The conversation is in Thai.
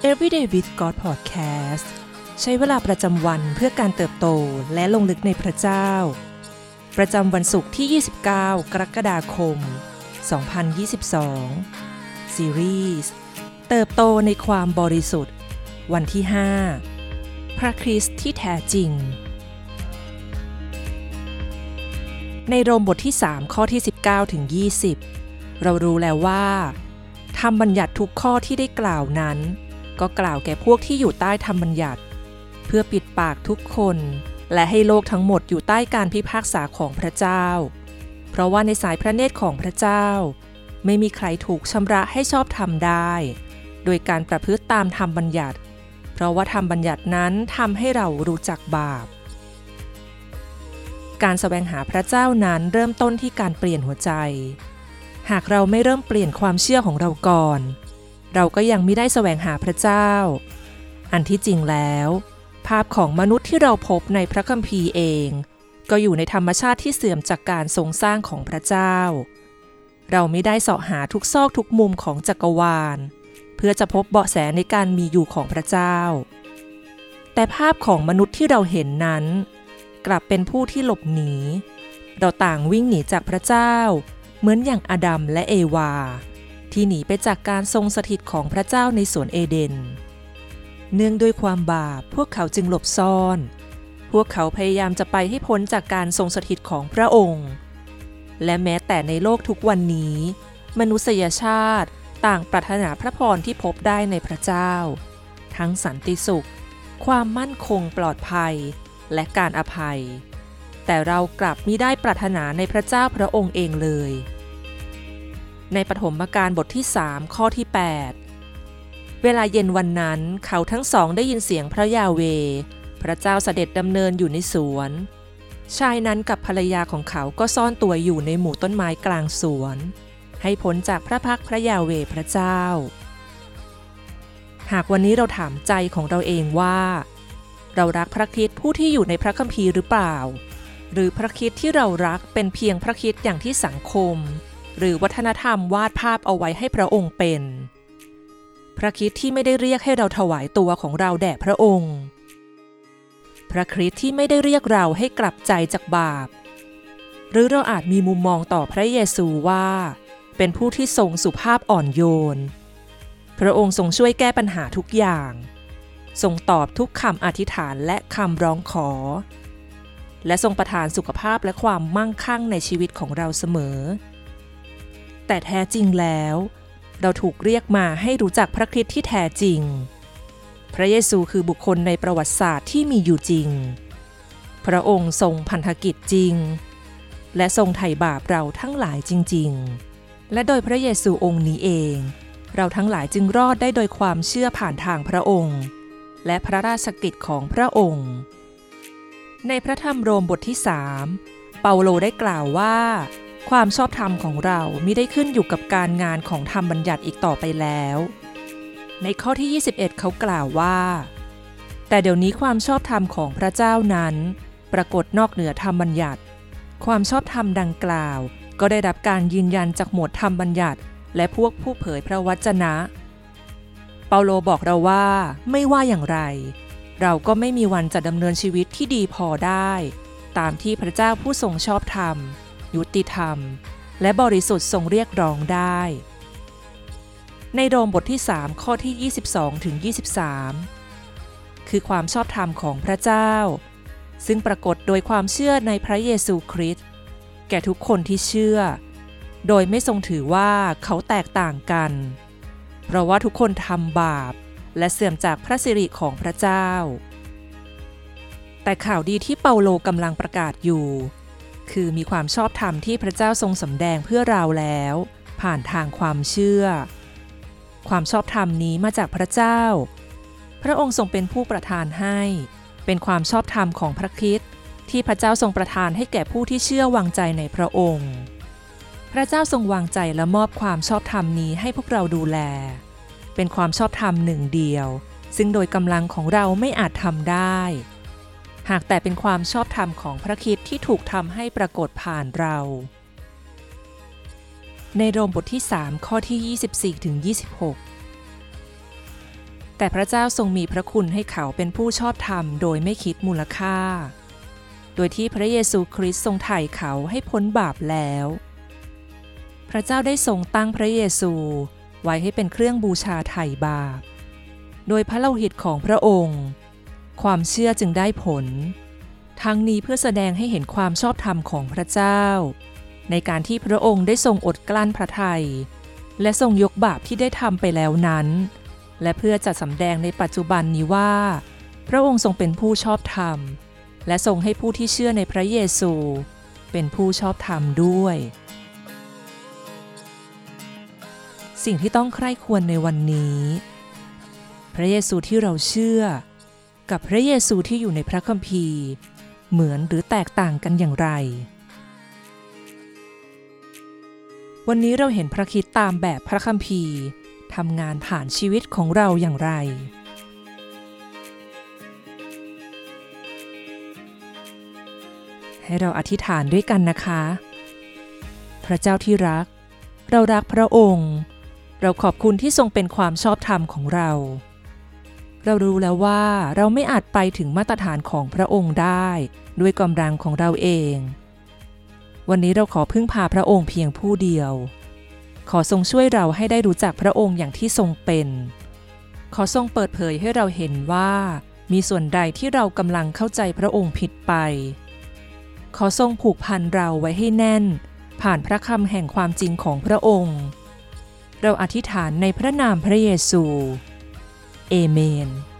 Everyday with God Podcast ใช้เวลาประจำวันเพื่อการเติบโตและลงลึกในพระเจ้าประจำวันศุกร์ที่ 29 กรกฎาคม 2022 ซีรีส์เติบโตในความบริสุทธิ์วันที่ 5 พระคริสต์ที่แท้จริงในโรมบทที่ 3 ข้อที่ 19 ถึง 20 เรารู้แล้วว่าธรรมบัญญัติทุกข้อที่ได้กล่าวนั้นก็กล่าวแก่พวกที่อยู่ใต้ธรรมบัญญัติเพื่อปิดปากทุกคนและให้โลกทั้งหมดอยู่ใต้การพิพากษาของพระเจ้าเพราะว่าในสายพระเนตรของพระเจ้าไม่มีใครถูกชำระให้ชอบธรรมได้โดยการประพฤติตามธรรมบัญญัติเพราะว่าธรรมบัญญัตินั้นทำให้เรารู้จักบาปการแสวงหาพระเจ้านั้นเริ่มต้นที่การเปลี่ยนหัวใจหากเราไม่เริ่มเปลี่ยนความเชื่อของเราก่อนเราก็ยังไม่ได้แสวงหาพระเจ้าอันที่จริงแล้วภาพของมนุษย์ที่เราพบในพระคัมภีร์เองก็อยู่ในธรรมชาติที่เสื่อมจากการทรงสร้างของพระเจ้าเราไม่ได้เสาะหาทุกซอกทุกมุมของจักรวาลเพื่อจะพบเบาะแสในการมีอยู่ของพระเจ้าแต่ภาพของมนุษย์ที่เราเห็นนั้นกลับเป็นผู้ที่หลบหนีเราต่างวิ่งหนีจากพระเจ้าเหมือนอย่างอาดัมและเอวาที่หนีไปจากการทรงสถิตของพระเจ้าในสวนเอเดนเนื่องด้วยความบาปพวกเขาจึงหลบซ่อนพวกเขาพยายามจะไปให้พ้นจากการทรงสถิตของพระองค์และแม้แต่ในโลกทุกวันนี้มนุษยชาติต่างปรารถนาพระพรที่พบได้ในพระเจ้าทั้งสันติสุขความมั่นคงปลอดภัยและการอภัยแต่เรากลับมิได้ปรารถนาในพระเจ้าพระองค์เองเลยในปฐมกาลบทที่ 3 ข้อที่ 8 เวลาเย็นวันนั้นเขาทั้งสองได้ยินเสียงพระยาเวห์พระเจ้าเสด็จดำเนินอยู่ในสวนชายนั้นกับภรรยาของเขาก็ซ่อนตัวอยู่ในหมู่ต้นไม้กลางสวนให้พ้นจากพระพักพระยาเวห์พระเจ้าหากวันนี้เราถามใจของเราเองว่าเรารักพระคริสต์ผู้ที่อยู่ในพระคัมภีร์หรือเปล่าหรือพระคริสต์ที่เรารักเป็นเพียงพระคริสต์อย่างที่สังคมหรือวัฒนธรรมวาดภาพเอาไว้ให้พระองค์เป็นพระคริสต์ที่ไม่ได้เรียกให้เราถวายตัวของเราแด่พระองค์พระคริสต์ที่ไม่ได้เรียกเราให้กลับใจจากบาปหรือเราอาจมีมุมมองต่อพระเยซูว่าเป็นผู้ที่ทรงสุภาพอ่อนโยนพระองค์ทรงช่วยแก้ปัญหาทุกอย่างทรงตอบทุกคำอธิษฐานและคำร้องขอและทรงประทานสุขภาพและความมั่งคั่งในชีวิตของเราเสมอแต่แท้จริงแล้วเราถูกเรียกมาให้รู้จักพระคริสต์ที่แท้จริงพระเยซูคือบุคคลในประวัติศาสตร์ที่มีอยู่จริงพระองค์ทรงพันธกิจจริงและทรงไถ่บาปเราทั้งหลายจริงๆและโดยพระเยซูองค์นี้เองเราทั้งหลายจึงรอดได้โดยความเชื่อผ่านทางพระองค์และพระราชกิจของพระองค์ในพระธรรมโรมบทที่ 3 เปาโลได้กล่าวว่าความชอบธรรมของเรามิได้ขึ้นอยู่กับการงานของธรรมบัญญัติอีกต่อไปแล้วในข้อที่ 21 เขากล่าวว่าแต่เดี๋ยวนี้ความชอบธรรมของพระเจ้านั้นปรากฏนอกเหนือธรรมบัญญัติความชอบธรรมดังกล่าวก็ได้รับการยืนยันจากหมวดธรรมบัญญัติและพวกผู้เผยพระวจนะเปาโลบอกเราว่าไม่ว่าอย่างไรเราก็ไม่มีวันจะดำเนินชีวิตที่ดีพอได้ตามที่พระเจ้าผู้ทรงชอบธรรมยุติธรรมและบริสุทธิ์ทรงเรียกร้องได้ในโรมบทที่ 3 ข้อที่ 22 ถึง 23 คือความชอบธรรมของพระเจ้าซึ่งปรากฏโดยความเชื่อในพระเยซูคริสต์แก่ทุกคนที่เชื่อโดยไม่ทรงถือว่าเขาแตกต่างกันเพราะว่าทุกคนทำบาปและเสื่อมจากพระสิริของพระเจ้าแต่ข่าวดีที่เปาโลกำลังประกาศอยู่คือมีความชอบธรรมที่พระเจ้าทรงสำแดงเพื่อเราแล้วผ่านทางความเชื่อความชอบธรรมนี้มาจากพระเจ้าพระองค์ทรงเป็นผู้ประทานให้เป็นความชอบธรรมของพระคริสต์ที่พระเจ้าทรงประทานให้แก่ผู้ที่เชื่อวางใจในพระองค์พระเจ้าทรงวางใจและมอบความชอบธรรมนี้ให้พวกเราดูแลเป็นความชอบธรรมหนึ่งเดียวซึ่งโดยกำลังของเราไม่อาจทำได้หากแต่เป็นความชอบธรรมของพระคริสต์ที่ถูกทำให้ปรากฏผ่านเราในโรมบทที่ 3 ข้อที่ 24 ถึง 26 แต่พระเจ้าทรงมีพระคุณให้เขาเป็นผู้ชอบธรรมโดยไม่คิดมูลค่าโดยที่พระเยซูคริสต์ทรงไถ่เขาให้พ้นบาปแล้วพระเจ้าได้ทรงตั้งพระเยซูไว้ให้เป็นเครื่องบูชาไถ่บาปโดยพระโลหิตของพระองค์ความเชื่อจึงได้ผลทั้งนี้เพื่อแสดงให้เห็นความชอบธรรมของพระเจ้าในการที่พระองค์ได้ทรงอดกลั้นพระทัยและทรงยกบาปที่ได้ทำไปแล้วนั้นและเพื่อจะสำแดงในปัจจุบันนี้ว่าพระองค์ทรงเป็นผู้ชอบธรรมและทรงให้ผู้ที่เชื่อในพระเยซูเป็นผู้ชอบธรรมด้วยสิ่งที่ต้องใคร่ควรในวันนี้พระเยซูที่เราเชื่อกับพระเยซูที่อยู่ในพระคัมภีร์เหมือนหรือแตกต่างกันอย่างไรวันนี้เราเห็นพระคริสต์ตามแบบพระคัมภีร์ทำงานผ่านชีวิตของเราอย่างไรให้เราอธิษฐานด้วยกันนะคะพระเจ้าที่รักเรารักพระองค์เราขอบคุณที่ทรงเป็นความชอบธรรมของเรารู้แล้วว่าเราไม่อาจไปถึงมาตรฐานของพระองค์ได้ด้วยกำลังของเราเองวันนี้เราขอพึ่งพาพระองค์เพียงผู้เดียวขอทรงช่วยเราให้ได้รู้จักพระองค์อย่างที่ทรงเป็นขอทรงเปิดเผยให้เราเห็นว่ามีส่วนใดที่เรากำลังเข้าใจพระองค์ผิดไปขอทรงผูกพันเราไว้ให้แน่นผ่านพระคำแห่งความจริงของพระองค์เราอธิษฐานในพระนามพระเยซูเอเมน